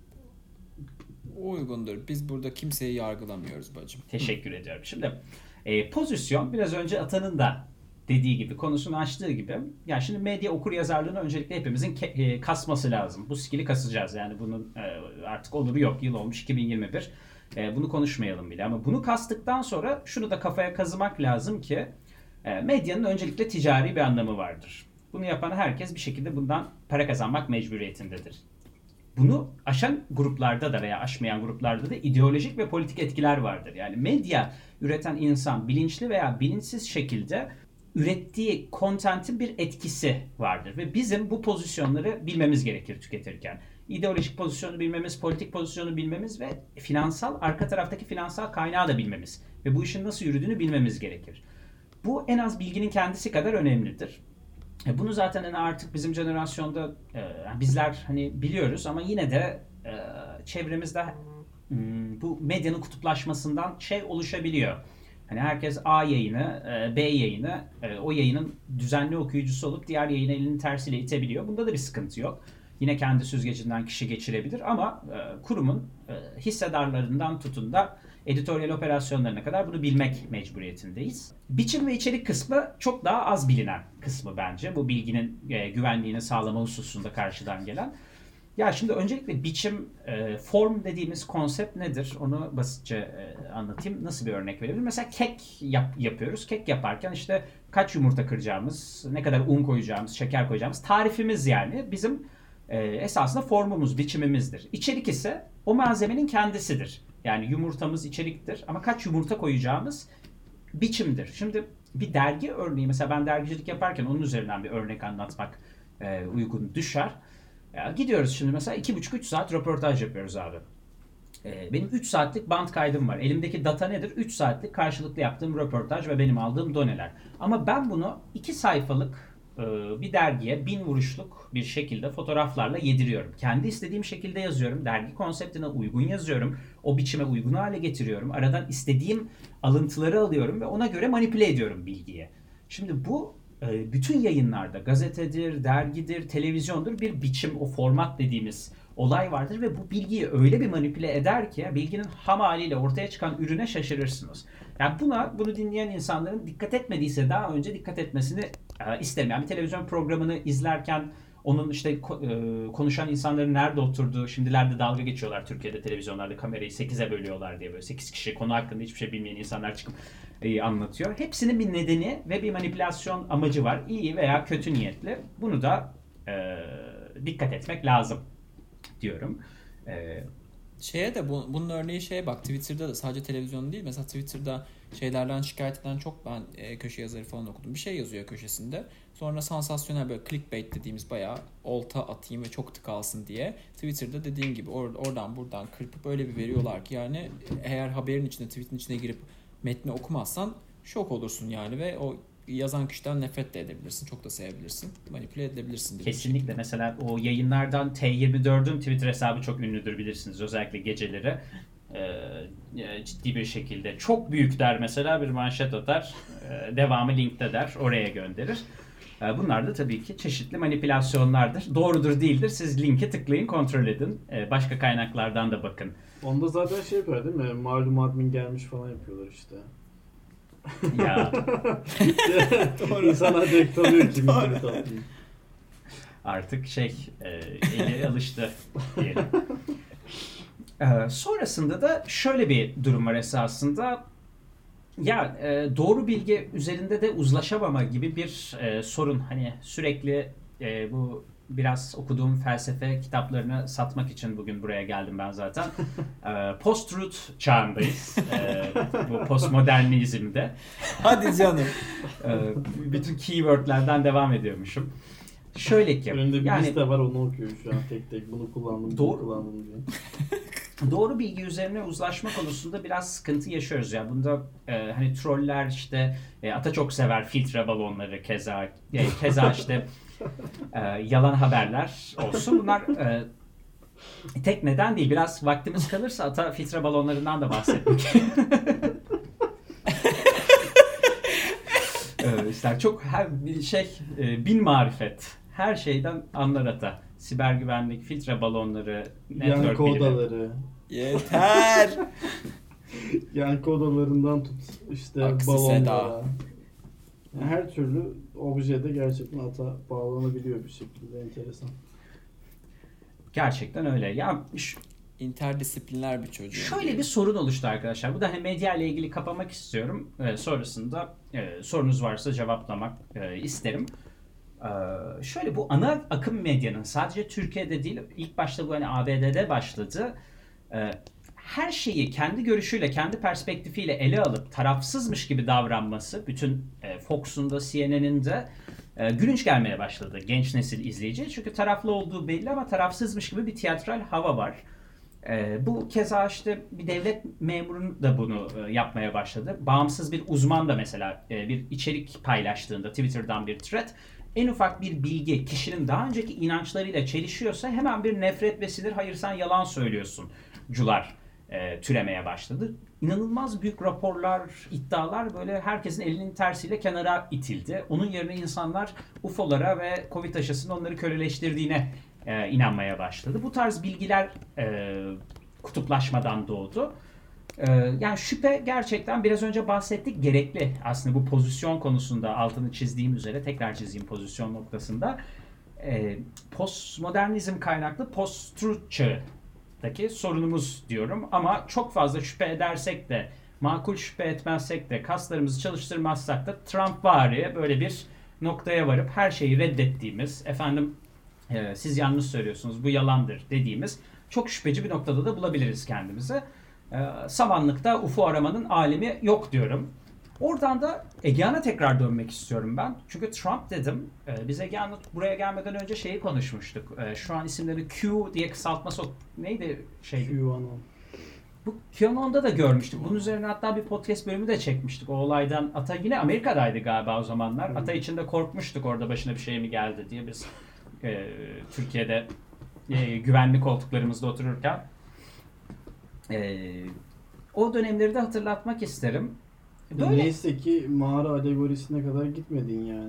Uygundur. Biz burada kimseyi yargılamıyoruz bacım. Teşekkür ediyorum. Şimdi e, pozisyon biraz önce Atan'ın da dediği gibi, konusunu açtığı gibi. Yani şimdi medya okuryazarlığını öncelikle hepimizin ke- e, kasması lazım. Bu skill'i kasacağız. Yani bunun e, artık oluru yok. Yıl olmuş iki bin yirmi bir. E, bunu konuşmayalım bile. Ama bunu kastıktan sonra şunu da kafaya kazımak lazım ki e, medyanın öncelikle ticari bir anlamı vardır. Bunu yapan herkes bir şekilde bundan para kazanmak mecburiyetindedir. Bunu aşan gruplarda da veya aşmayan gruplarda da ideolojik ve politik etkiler vardır. Yani medya üreten insan bilinçli veya bilinçsiz şekilde ürettiği kontentin bir etkisi vardır. Ve bizim bu pozisyonları bilmemiz gerekir tüketirken. İdeolojik pozisyonu bilmemiz, politik pozisyonu bilmemiz ve finansal, arka taraftaki finansal kaynağı da bilmemiz. Ve bu işin nasıl yürüdüğünü bilmemiz gerekir. Bu en az bilginin kendisi kadar önemlidir. Bunu zaten hani artık bizim jenerasyonda e, bizler hani biliyoruz ama yine de e, çevremizde hmm, bu medyanın kutuplaşmasından şey oluşabiliyor. Hani herkes A yayını, e, B yayını, e, o yayının düzenli okuyucusu olup diğer yayını elinin tersiyle itebiliyor. Bunda da bir sıkıntı yok. Yine kendi süzgecinden kişi geçirebilir ama e, kurumun e, hissedarlarından tutun da editoryal operasyonlarına kadar bunu bilmek mecburiyetindeyiz. Biçim ve içerik kısmı çok daha az bilinen kısmı bence. Bu bilginin e, güvenliğini sağlama hususunda karşıdan gelen. Ya şimdi öncelikle biçim, e, form dediğimiz konsept nedir? Onu basitçe e, anlatayım. Nasıl bir örnek verebilirim? Mesela kek yap, yapıyoruz. Kek yaparken işte kaç yumurta kıracağımız, ne kadar un koyacağımız, şeker koyacağımız tarifimiz yani bizim e, esasında formumuz, biçimimizdir. İçerik ise o malzemenin kendisidir. Yani yumurtamız içeriktir ama kaç yumurta koyacağımız biçimdir. Şimdi bir dergi örneği, mesela ben dergicilik yaparken onun üzerinden bir örnek anlatmak e, uygun düşer. Ya gidiyoruz şimdi mesela iki buçuk üç saat röportaj yapıyoruz abi. E, benim üç saatlik band kaydım var. Elimdeki data nedir? üç saatlik karşılıklı yaptığım röportaj ve benim aldığım doneler. Ama ben bunu iki sayfalık bir dergiye bin vuruşluk bir şekilde fotoğraflarla yediriyorum. Kendi istediğim şekilde yazıyorum. Dergi konseptine uygun yazıyorum. O biçime uygun hale getiriyorum. Aradan istediğim alıntıları alıyorum ve ona göre manipüle ediyorum bilgiyi. Şimdi bu bütün yayınlarda gazetedir, dergidir, televizyondur bir biçim, o format dediğimiz olay vardır ve bu bilgiyi öyle bir manipüle eder ki bilginin ham haliyle ortaya çıkan ürüne şaşırırsınız. Yani buna, bunu dinleyen insanların dikkat etmediyse daha önce dikkat etmesini e, istemeyen, bir televizyon programını izlerken onun işte e, konuşan insanların nerede oturduğu, şimdilerde dalga geçiyorlar Türkiye'de televizyonlarda kamerayı sekize bölüyorlar diye, böyle sekiz kişi konu hakkında hiçbir şey bilmeyen insanlar çıkıp e, anlatıyor. Hepsinin bir nedeni ve bir manipülasyon amacı var. İyi veya kötü niyetli. Bunu da e, dikkat etmek lazım diyorum. E, Şeye de bu, bunun örneği şeye bak, Twitter'da da sadece televizyon değil, mesela Twitter'da şeylerden şikayet eden çok ben e, köşe yazarı falan okudum. Bir şey yazıyor köşesinde. Sonra sansasyonel böyle clickbait dediğimiz bayağı olta atayım ve çok tık alsın diye Twitter'da dediğin gibi or- oradan buradan kırpıp öyle bir veriyorlar ki yani eğer haberin içine, tweetin içine girip metni okumazsan şok olursun yani ve o yazan kişiden nefret de edebilirsin. Çok da sevebilirsin. Manipüle edebilirsin. Kesinlikle. Mesela o yayınlardan T yirmi dördün Twitter hesabı çok ünlüdür bilirsiniz. Özellikle geceleri e, ciddi bir şekilde çok büyük der mesela, bir manşet atar. E, devamı linkte der. Oraya gönderir. E, bunlar da tabii ki çeşitli manipülasyonlardır. Doğrudur değildir. Siz linke tıklayın, kontrol edin. E, başka kaynaklardan da bakın. Onda zaten şey yapıyor değil mi? Malum admin gelmiş falan yapıyorlar işte. Ya. İnsanlar direkt tanıyor kim internet admin. Artık şey e, eli alıştı diyelim. Ee, sonrasında da şöyle bir durum var esasında. Ya e, doğru bilgi üzerinde de uzlaşamama gibi bir e, sorun. Hani sürekli e, bu biraz okuduğum felsefe kitaplarını satmak için bugün buraya geldim ben zaten. E, Post-truth çağındayız. E, bu postmodernizmde. Hadi canım. E, bütün keywordlerden devam ediyormuşum. Şöyle ki. Önünde bir yani, liste var, onu okuyor şu an tek tek. Bunu kullandım, bunu Doğru. kullandım diye. doğru bilgi üzerine uzlaşma konusunda biraz sıkıntı yaşıyoruz ya. Bunda e, hani troller işte e, ata çok sever filtre balonları keza e, keza işte e, yalan haberler olsun. Bunlar e, tek neden değil. Biraz vaktimiz kalırsa ata filtre balonlarından da bahsetmek. e, işte çok her bir şey e, bin marifet. Her şeyden anlar ata. Siber güvenlik, filtre balonları, network Yankı bilimi. odaları. Yeter. Yankı odalarından tut işte Aksi balonlara. seda. Yani her türlü objede gerçekten ata bağlanabiliyor bir şekilde. Enteresan. Gerçekten öyle. Ya ş- İnterdisipliner bir çocuğum. şöyle bir sorun oluştu arkadaşlar. Bu da hani medya ile ilgili kapamak istiyorum. Ee, sonrasında e, sorunuz varsa cevaplamak e, isterim. Ee, şöyle bu ana akım medyanın sadece Türkiye'de değil, ilk başta bu hani A B D'de başladı. Ee, her şeyi kendi görüşüyle, kendi perspektifiyle ele alıp tarafsızmış gibi davranması, bütün e, Fox'un da C N N'in de e, gülünç gelmeye başladı genç nesil izleyici. Çünkü taraflı olduğu belli ama tarafsızmış gibi bir tiyatral hava var. E, bu keza işte bir devlet memurun da bunu e, yapmaya başladı. Bağımsız bir uzman da mesela e, bir içerik paylaştığında Twitter'dan bir thread, en ufak bir bilgi kişinin daha önceki inançlarıyla çelişiyorsa hemen bir nefret besilir, hayır sen yalan söylüyorsun cular e, türemeye başladı. İnanılmaz büyük raporlar, iddialar böyle herkesin elinin tersiyle kenara itildi. Onun yerine insanlar U F O'lara ve Covid aşısının onları köleleştirdiğine e, inanmaya başladı. Bu tarz bilgiler e, kutuplaşmadan doğdu. E, yani şüphe gerçekten biraz önce bahsettik gerekli. Aslında bu pozisyon konusunda altını çizdiğim üzere tekrar çizeyim pozisyon noktasında. E, postmodernizm kaynaklı post-truth çağıdaki sorunumuz diyorum. Ama çok fazla şüphe edersek de, makul şüphe etmezsek de, kaslarımızı çalıştırmazsak da Trump-vari böyle bir noktaya varıp her şeyi reddettiğimiz, efendim e, siz yanlış söylüyorsunuz bu yalandır dediğimiz çok şüpheci bir noktada da bulabiliriz kendimizi. E, samanlıkta U F O aramanın alemi yok diyorum. Oradan da Egehan'a tekrar dönmek istiyorum ben. Çünkü Trump dedim. E, biz Egehan'la buraya gelmeden önce şeyi konuşmuştuk. E, şu an isimleri Q diye kısaltması neydi? Şey, QAnon. bu QAnon'da da görmüştük. Bunun üzerine hatta bir podcast bölümü de çekmiştik. O olaydan Ata yine Amerika'daydı galiba o zamanlar. Hmm. Ata için de korkmuştuk orada başına bir şey mi geldi diye biz e, Türkiye'de e, güvenli koltuklarımızda otururken. E, o dönemleri de hatırlatmak isterim. Böyle Neyse ki mağara alegorisine kadar gitmedin yani.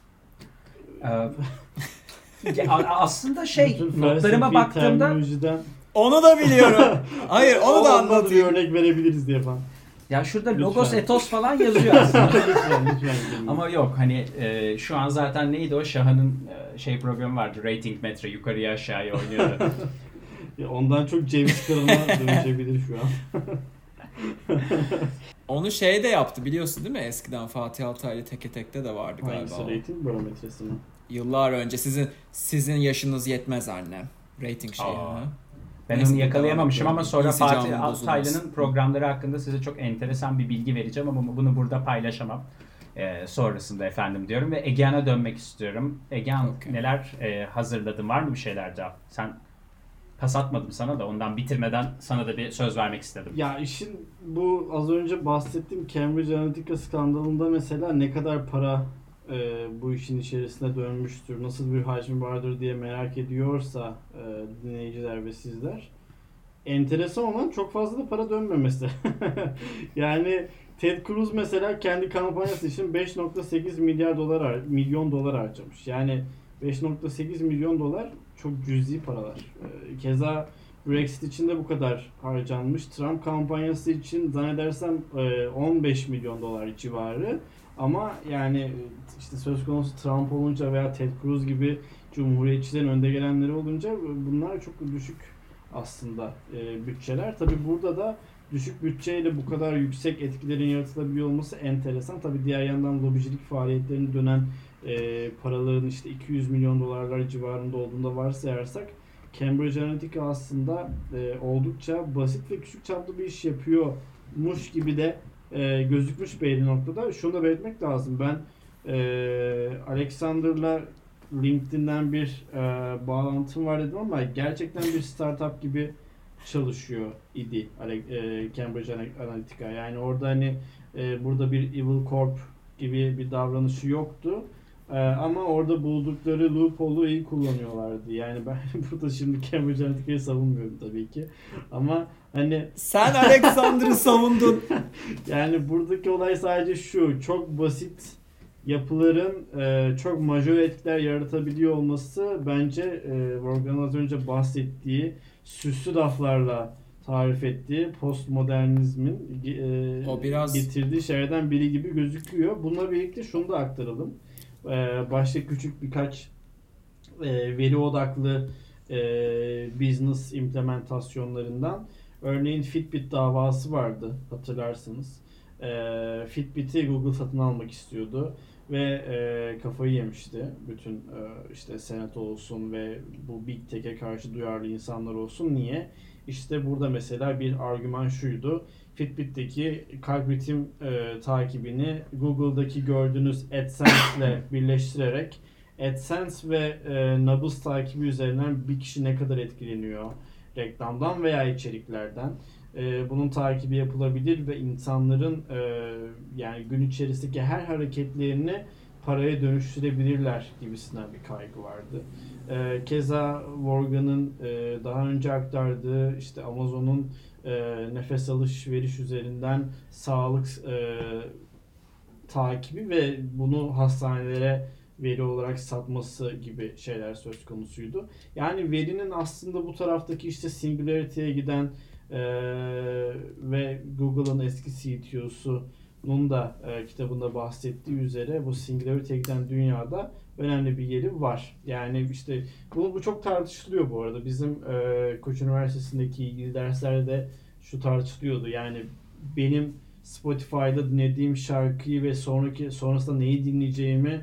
e, ya, aslında şey Bütün notlarıma felsefi baktığımda terminolojiden Onu da biliyorum. Hayır onu da ondan bir anlatayım. örnek verebiliriz diye falan. ya şurada Lütfen. logos etos falan yazıyor aslında. lütfen lütfen. Ama yok hani e, şu an zaten neydi o Şahan'ın e, şey programı vardı, rating metre yukarıya aşağıya oynuyordu. Ya ondan çok Ceviz Kralı'na dönüşebilir şu an. Onu şey de yaptı biliyorsun değil mi? Eskiden Fatih Altaylı Teke Tek'te de vardı galiba. Hangisi o. rating barometresi mi? Yıllar önce sizin sizin yaşınız yetmez annem. Rating şeyi. Aa. ha. Ben Neyse, onu yakalayamamışım devam ama edelim. sonra İnsicamın Fatih bozulmasın. Altaylı'nın programları hakkında size çok enteresan bir bilgi vereceğim ama bunu burada paylaşamam. Ee, sonrasında efendim diyorum ve Egehan'a dönmek istiyorum. Egehan Okay. neler e, hazırladın? Var mı bir şeyler daha? Sen pas atmadım sana da ondan bitirmeden sana da bir söz vermek istedim. Ya işin bu az önce bahsettiğim Cambridge Analytica skandalında mesela ne kadar para e, bu işin içerisine dönmüştür, nasıl bir hacmi vardır diye merak ediyorsa e, dinleyiciler ve sizler. Enteresan olan çok fazla da para dönmemesi. Yani Ted Cruz mesela kendi kampanyası için beş nokta sekiz milyar dolar har- milyon dolar harcamış. Yani beş nokta sekiz milyon dolar çok cüzi paralar. Ee, Keza Brexit için de bu kadar harcanmış. Trump kampanyası için zannedersem e, on beş milyon dolar civarı. Ama yani işte söz konusu Trump olunca veya Ted Cruz gibi cumhuriyetçilerin önde gelenleri olunca bunlar çok düşük aslında e, bütçeler. Tabi burada da düşük bütçeyle bu kadar yüksek etkilerin yaratılabiliyor olması enteresan. Tabi diğer yandan lobicilik faaliyetlerine dönen e, paraların işte iki yüz milyon dolarlar civarında olduğunda varsayarsak Cambridge Analytica aslında e, oldukça basit ve küçük çaplı bir iş yapıyormuş gibi de e, gözükmüş belli noktada. Şunu da belirtmek lazım. Ben e, Alexander'la LinkedIn'den bir e, bağlantım var dedim ama gerçekten bir startup gibi çalışıyor idi Cambridge Analytica. Yani orada hani burada bir evil corp gibi bir davranışı yoktu. Ama orada buldukları loophole'u iyi kullanıyorlardı. Yani ben burada şimdi Cambridge Analytica'yı savunmuyorum tabii ki. Ama hani sen Alexander'ı savundun. Yani buradaki olay sadece şu. Çok basit yapıların e, çok majör etkiler yaratabiliyor olması bence e, Vorgan'ın az önce bahsettiği süslü laflarla tarif ettiği postmodernizmin e, o biraz getirdiği şeylerden biri gibi gözüküyor. Bununla birlikte şunu da aktaralım. E, başta küçük birkaç e, veri odaklı e, business implementasyonlarından örneğin Fitbit davası vardı hatırlarsınız. E, Fitbit'i Google satın almak istiyordu ve e, kafayı yemişti. Bütün e, işte senato olsun ve bu Big Tech'e karşı duyarlı insanlar olsun. Niye? İşte burada mesela bir argüman şuydu. Fitbit'teki kalp ritim e, takibini Google'daki gördüğünüz AdSense ile birleştirerek AdSense ve e, nabız takibi üzerinden bir kişi ne kadar etkileniyor reklamdan veya içeriklerden. E, bunun takibi yapılabilir ve insanların e, yani gün içerisindeki her hareketlerini paraya dönüştürebilirler gibisinden bir kaygı vardı. E, keza Vorgan'ın e, daha önce aktardığı işte Amazon'un e, nefes alış veriş üzerinden sağlık e, takibi ve bunu hastanelere veri olarak satması gibi şeyler söz konusuydu. Yani verinin aslında bu taraftaki işte Singularity'ye giden e, ve Google'ın eski C T O'sunun da e, kitabında bahsettiği üzere bu Singularity'ye giden dünyada önemli bir yeri var. Yani işte bu, bu çok tartışılıyor bu arada. Bizim e, Koç Üniversitesi'ndeki ilgili derslerde şu tartışılıyordu. Yani benim Spotify'da dinlediğim şarkıyı ve sonraki sonrasında neyi dinleyeceğimi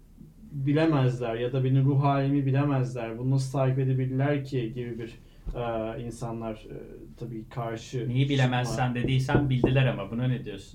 bilemezler ya da benim ruh halimi bilemezler. Bunu nasıl takip edebilirler ki gibi bir e, insanlar e, tabii karşı. Neyi bilemezsen çıkma. dediysen bildiler ama buna ne diyorsun?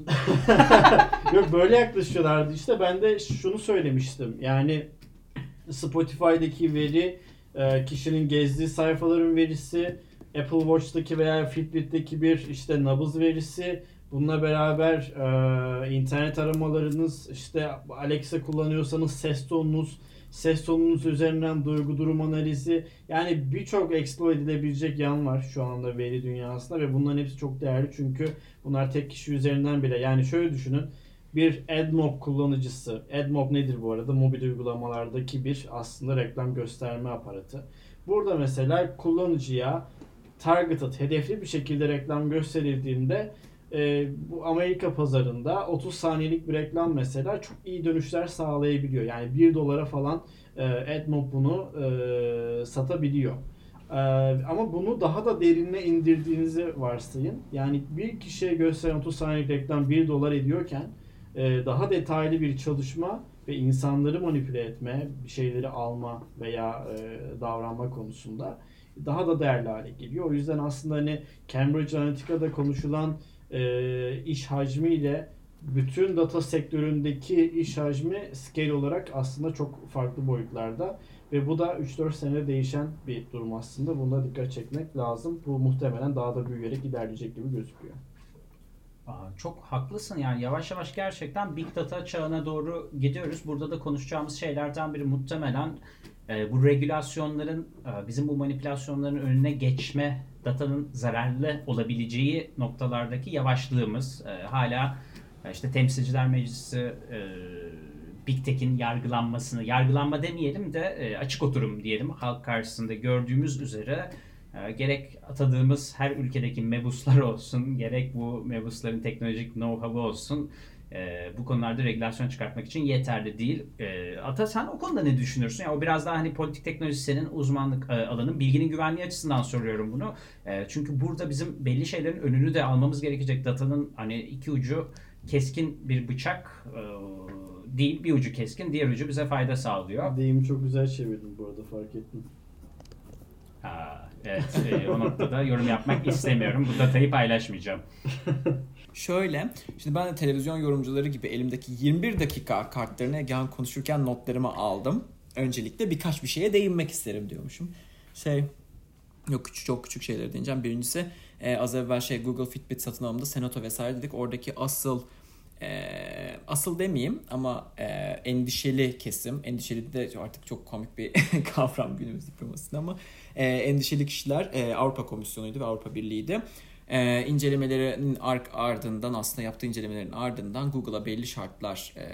Yok böyle yaklaşıyorlardı işte. Ben de şunu söylemiştim. Yani Spotify'daki veri e, kişinin gezdiği sayfaların verisi, Apple Watch'taki veya Fitbit'teki bir işte nabız verisi. Bununla beraber e, internet aramalarınız, işte Alexa kullanıyorsanız ses tonunuz, ses tonunuz üzerinden duygu durum analizi, yani birçok exploit edilebilecek yan var şu anda veri dünyasında ve bunların hepsi çok değerli çünkü bunlar tek kişi üzerinden bile. Yani şöyle düşünün, bir AdMob kullanıcısı, AdMob nedir bu arada? Mobil uygulamalardaki bir aslında reklam gösterme aparatı. Burada mesela kullanıcıya targeted, hedefli bir şekilde reklam gösterildiğinde e, bu Amerika pazarında otuz saniyelik bir reklam mesela çok iyi dönüşler sağlayabiliyor. Yani bir dolara falan e, AdMob bunu e, satabiliyor. E, ama bunu daha da derinine indirdiğinizi varsayın. Yani bir kişiye gösteren otuz saniyelik reklam bir dolar ediyorken e, daha detaylı bir çalışma ve insanları manipüle etme, bir şeyleri alma veya e, davranma konusunda daha da değerli hale geliyor. O yüzden aslında hani Cambridge Analytica'da konuşulan e, iş hacmi ile bütün data sektöründeki iş hacmi scale olarak aslında çok farklı boyutlarda ve bu da üç dört senede değişen bir durum aslında. Buna dikkat çekmek lazım. Bu muhtemelen daha da büyüyerek ilerleyecek gibi gözüküyor. Aa, çok haklısın, yani yavaş yavaş gerçekten Big Data çağına doğru gidiyoruz. Burada da konuşacağımız şeylerden biri muhtemelen e, bu regülasyonların, e, bizim bu manipülasyonların önüne geçme, datanın zararlı olabileceği noktalardaki yavaşlığımız. E, hala e, işte Temsilciler Meclisi e, Big Tech'in yargılanmasını, yargılanma demeyelim de e, açık oturum diyelim, halk karşısında gördüğümüz üzere e, gerek atadığımız her ülkedeki mebuslar olsun, gerek bu mebusların teknolojik know-how'u olsun, e, bu konularda regülasyon çıkartmak için yeterli değil. E, Ata, sen o konuda ne düşünürsün? Yani o biraz daha hani politik teknoloji senin uzmanlık e, alanın, bilginin güvenliği açısından soruyorum bunu. E, çünkü burada bizim belli şeylerin önünü de almamız gerekecek. Datanın hani iki ucu keskin bir bıçak e, değil, bir ucu keskin, diğer ucu bize fayda sağlıyor. Deyimi çok güzel çevirdin bu arada, fark ettim. Aa, evet, e, o noktada yorum yapmak istemiyorum. Bu datayı paylaşmayacağım. Şöyle, şimdi ben de televizyon yorumcuları gibi elimdeki yirmi bir dakika kartlarını Egehan konuşurken notlarımı aldım. Öncelikle birkaç bir şeye değinmek isterim diyormuşum. Şey, Yok küçük çok küçük şeyleri değineceğim. Birincisi e, az evvel şey Google Fitbit satın alımında Senato vesaire dedik. Oradaki asıl e, asıl demeyeyim ama e, endişeli kesim. Endişeli de artık çok komik bir kavram günümüz diplomasında ama e, endişeli kişiler e, Avrupa Komisyonu'ydu ve Avrupa Birliği'ydi. E, incelemelerinin ardından aslında yaptığı incelemelerin ardından Google'a belli şartlar e,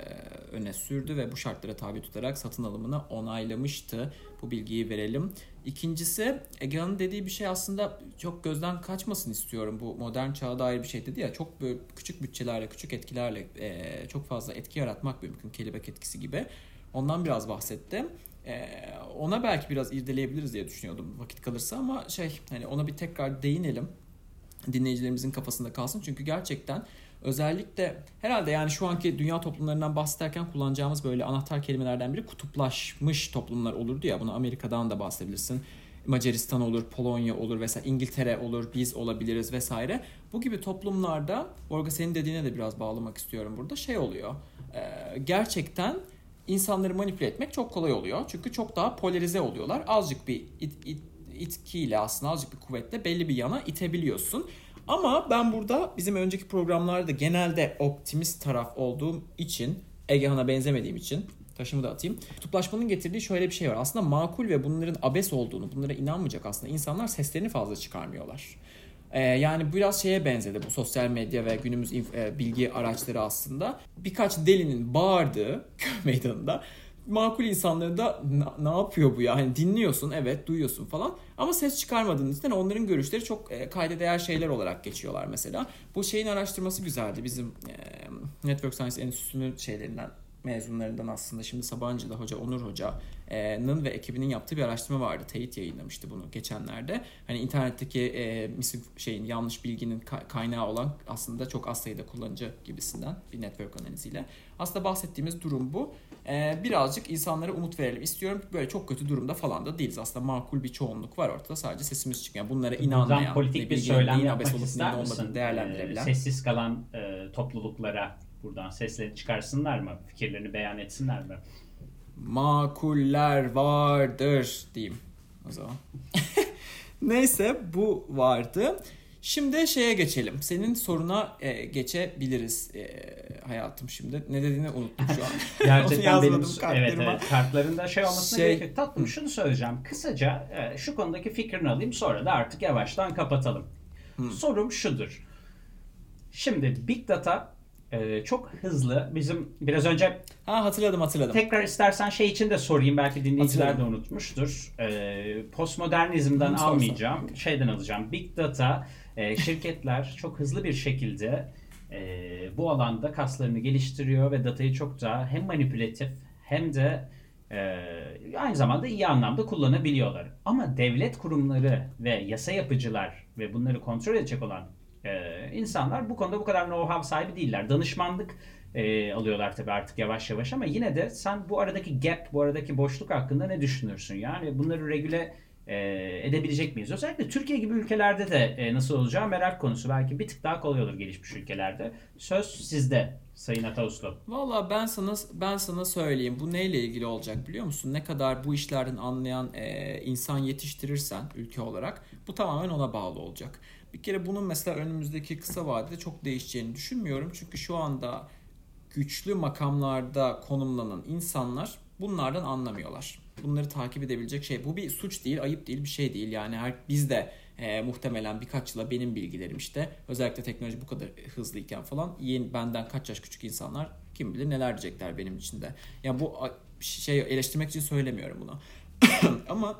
öne sürdü ve bu şartlara tabi tutarak satın alımını onaylamıştı. Bu bilgiyi verelim. İkincisi Egehan'ın dediği bir şey aslında çok gözden kaçmasın istiyorum. Bu modern çağa dair bir şey dedi ya, çok böyle küçük bütçelerle, küçük etkilerle e, çok fazla etki yaratmak mümkün. Kelebek etkisi gibi. Ondan biraz bahsettim. E, ona belki biraz irdeleyebiliriz diye düşünüyordum vakit kalırsa ama şey hani ona bir tekrar değinelim. Dinleyicilerimizin kafasında kalsın. Çünkü gerçekten özellikle herhalde yani şu anki dünya toplumlarından bahsederken kullanacağımız böyle anahtar kelimelerden biri kutuplaşmış toplumlar olurdu ya. Bunu Amerika'dan da bahsedebilirsin. Macaristan olur, Polonya olur vesaire, İngiltere olur, biz olabiliriz vesaire. Bu gibi toplumlarda, Borga senin dediğine de biraz bağlamak istiyorum burada, şey oluyor. Ee, gerçekten insanları manipüle etmek çok kolay oluyor. Çünkü çok daha polarize oluyorlar. Azıcık bir it, it, itkiyle aslında azıcık bir kuvvetle belli bir yana itebiliyorsun. Ama ben burada bizim önceki programlarda genelde optimist taraf olduğum için, Egehan'a benzemediğim için, taşımı da atayım. Kutuplaşmanın getirdiği şöyle bir şey var. Aslında makul ve bunların abes olduğunu, bunlara inanmayacak aslında insanlar seslerini fazla çıkarmıyorlar. Ee, yani biraz şeye benzedi bu sosyal medya ve günümüz inf- bilgi araçları aslında. Birkaç delinin bağırdığı köy meydanında makul insanları da ne yapıyor bu ya? Hani dinliyorsun, evet, duyuyorsun falan ama ses çıkarmadığın için onların görüşleri çok e, kayda değer şeyler olarak geçiyorlar mesela. Bu şeyin araştırması güzeldi. Bizim e, Network Science Enstitüsü'nün şeylerinden, mezunlarından aslında şimdi Sabancı'da Hoca Onur Hoca'nın ve ekibinin yaptığı bir araştırma vardı. Teyit yayınlamıştı bunu geçenlerde. Hani internetteki e, misif şeyin yanlış bilginin ka- kaynağı olan aslında çok az sayıda kullanıcı gibisinden bir network analiziyle. Aslında bahsettiğimiz durum bu. E, birazcık insanlara umut verelim istiyorum. Böyle çok kötü durumda falan da değiliz. Aslında makul bir çoğunluk var ortada. Sadece sesimiz çıkıyor. Yani bunlara inanmayan, Buradan politik bir söylem yapmak ister misin? Değerlendirebilen. Ee, sessiz kalan e, topluluklara buradan seslerini çıkarsınlar mı? Fikirlerini beyan etsinler mi? Makuller vardır diyeyim o zaman. Neyse, bu vardı. Şimdi şeye geçelim. Senin soruna e, geçebiliriz e, hayatım şimdi. Ne dediğini unuttum şu an. Gerçekten benim kartlarıma. evet, evet kartlarında şey olmasına Şey- gerek yok. Tatlım şunu söyleyeceğim. Kısaca e, şu konudaki fikrini alayım, sonra da artık yavaştan kapatalım. Hı. Sorum şudur. Şimdi Big Data e, çok hızlı. Bizim biraz önce Ha hatırladım hatırladım. tekrar istersen şey için de sorayım. Belki dinleyiciler de Hatırladım. unutmuştur. E, postmodernizmden Hı, sorsan. almayacağım. Şeyden alacağım. Big Data e, şirketler çok hızlı bir şekilde e, bu alanda kaslarını geliştiriyor ve datayı çok daha hem manipülatif hem de e, aynı zamanda iyi anlamda kullanabiliyorlar. Ama devlet kurumları ve yasa yapıcılar ve bunları kontrol edecek olan e, insanlar bu konuda bu kadar know-how sahibi değiller. Danışmanlık e, alıyorlar tabii artık yavaş yavaş ama yine de sen bu aradaki gap, bu aradaki boşluk hakkında ne düşünürsün? Yani bunları regüle e, edebilecek miyiz? Özellikle Türkiye gibi ülkelerde de e, nasıl olacağı merak konusu. Belki bir tık daha kolay olur gelişmiş ülkelerde. Söz sizde Sayın Atauslu. Valla ben sana ben sana söyleyeyim. Bu neyle ilgili olacak biliyor musun? Ne kadar bu işlerden anlayan e, insan yetiştirirsen ülke olarak bu tamamen ona bağlı olacak. Bir kere bunun mesela önümüzdeki kısa vadede çok değişeceğini düşünmüyorum. Çünkü şu anda güçlü makamlarda konumlanan insanlar bunlardan anlamıyorlar. Bunları takip edebilecek şey. Bu bir suç değil, ayıp değil, bir şey değil. Yani her biz de e, muhtemelen birkaç yıla benim bilgilerim işte özellikle teknoloji bu kadar hızlıyken falan yeni benden kaç yaş küçük insanlar kim bilir neler diyecekler benim için de. Yani bu şey eleştirmek için söylemiyorum bunu. Ama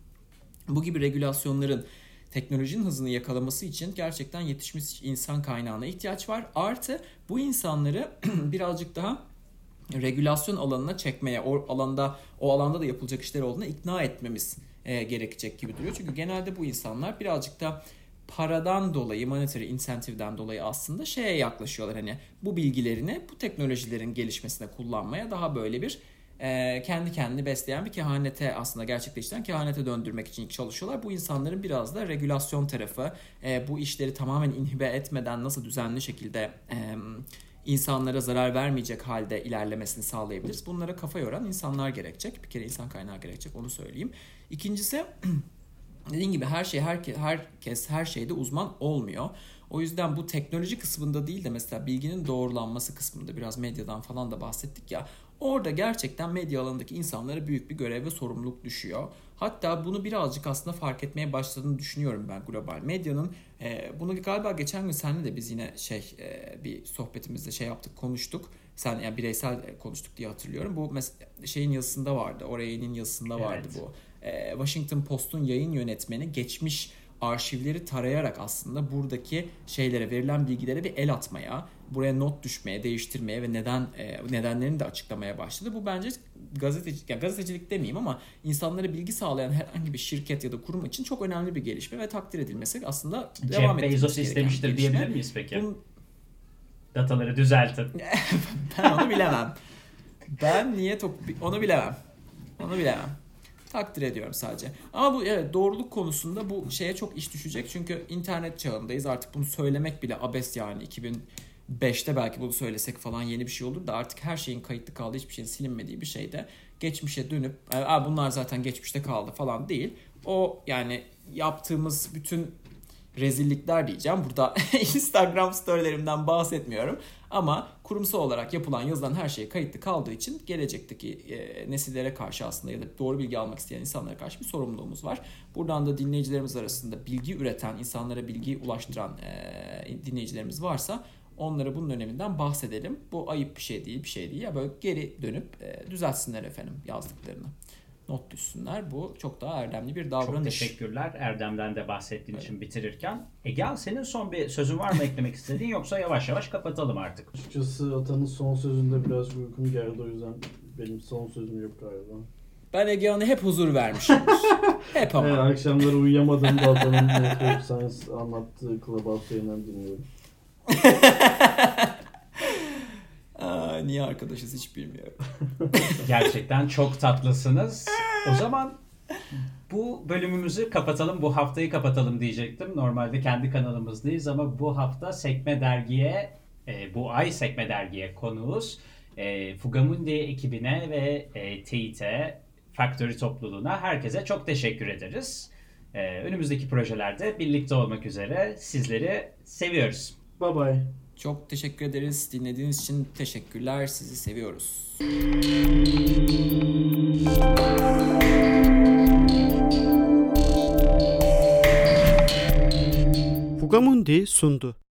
bu gibi regülasyonların teknolojinin hızını yakalaması için gerçekten yetişmiş insan kaynağına ihtiyaç var. Artı bu insanları birazcık daha regülasyon alanına çekmeye, o alanda o alanda da yapılacak işler olduğuna ikna etmemiz e, gerekecek gibi duruyor. Çünkü genelde bu insanlar birazcık da paradan dolayı, monetary incentive'den dolayı aslında şeye yaklaşıyorlar. Hani bu bilgilerini bu teknolojilerin gelişmesine kullanmaya daha böyle bir e, kendi kendini besleyen bir kehanete aslında gerçekleştiren kehanete döndürmek için çalışıyorlar. Bu insanların biraz da regülasyon tarafı, e, bu işleri tamamen inhibe etmeden nasıl düzenli şekilde e, insanlara zarar vermeyecek halde ilerlemesini sağlayabiliriz. Bunlara kafa yoran insanlar gerekecek. Bir kere insan kaynağı gerekecek, onu söyleyeyim. İkincisi Dediğim gibi her şey herkes, herkes her şeyde uzman olmuyor. O yüzden bu teknoloji kısmında değil de mesela bilginin doğrulanması kısmında biraz medyadan falan da bahsettik ya. Orada gerçekten medya alanındaki insanlara büyük bir görev ve sorumluluk düşüyor. Hatta bunu birazcık aslında fark etmeye başladığını düşünüyorum ben global medyanın. E, bunu galiba geçen gün seninle de biz yine şey e, bir sohbetimizde şey yaptık, konuştuk. Sen yani bireysel konuştuk diye hatırlıyorum. Bu mes- şeyin yazısında vardı. Oray'ın yazısında vardı Evet. bu. E, Washington Post'un yayın yönetmeni geçmiş arşivleri tarayarak aslında buradaki şeylere, verilen bilgilere bir el atmaya, buraya not düşmeye, değiştirmeye ve neden e, nedenlerini de açıklamaya başladı. Bu bence gazetecilik, yani gazetecilik demeyeyim ama insanlara bilgi sağlayan herhangi bir şirket ya da kurum için çok önemli bir gelişme ve takdir edilmesi aslında devam Jeff Bezos ettirilmesi gereken istemiştir bir gelişme. diyebilir miyiz peki? Bunun- Dataları düzeltin. Ben onu bilemem. Ben niye top onu bilemem. Onu bilemem. Takdir ediyorum sadece. Ama bu evet doğruluk konusunda bu şeye çok iş düşecek. Çünkü internet çağındayız. Artık bunu söylemek bile abes yani. iki bin beşte belki bunu söylesek falan yeni bir şey olur da artık her şeyin kayıtlı kaldığı, hiçbir şeyin silinmediği bir şeyde geçmişe dönüp Aa, bunlar zaten geçmişte kaldı falan değil. O yani yaptığımız bütün rezillikler diyeceğim. Burada Instagram storylerimden bahsetmiyorum. Ama kurumsal olarak yapılan, yazılan her şey kayıtlı kaldığı için gelecekteki e, nesillere karşı aslında ya da doğru bilgi almak isteyen insanlara karşı bir sorumluluğumuz var. Buradan da dinleyicilerimiz arasında bilgi üreten, insanlara bilgiyi ulaştıran e, dinleyicilerimiz varsa onlara bunun öneminden bahsedelim. Bu ayıp bir şey değil, bir şey değil. Ya böyle geri dönüp e, düzeltsinler efendim yazdıklarını. Not düşsünler. Bu çok daha erdemli bir davranış. Çok teşekkürler Erdem'den de bahsettiğin için bitirirken. Egehan, senin son bir sözün var mı eklemek istediğin, yoksa yavaş yavaş kapatalım artık? Açıkçası Atan'ın son sözünde biraz uykum geldi, o yüzden benim son sözüm yok galiba. Ben Egehan'a hep huzur vermişimdir. Hep ama. Evet, akşamları uyuyamadığımda Atan'ın Network Science anlattığı Clubhouse yayından dinliyorum. Aa, niye arkadaşız hiç bilmiyorum. Gerçekten çok tatlısınız. O zaman bu bölümümüzü kapatalım, bu haftayı kapatalım diyecektim. Normalde kendi kanalımızdayız ama bu hafta Sekme Dergi'ye, e, bu ay Sekme Dergi'ye konuğuz. E, Fugamundi ekibine ve e, T İ T Factory topluluğuna, herkese çok teşekkür ederiz. E, önümüzdeki projelerde birlikte olmak üzere sizleri seviyoruz. Bye bye. Çok teşekkür ederiz. Dinlediğiniz için teşekkürler. Sizi seviyoruz. Fugamundi sundu.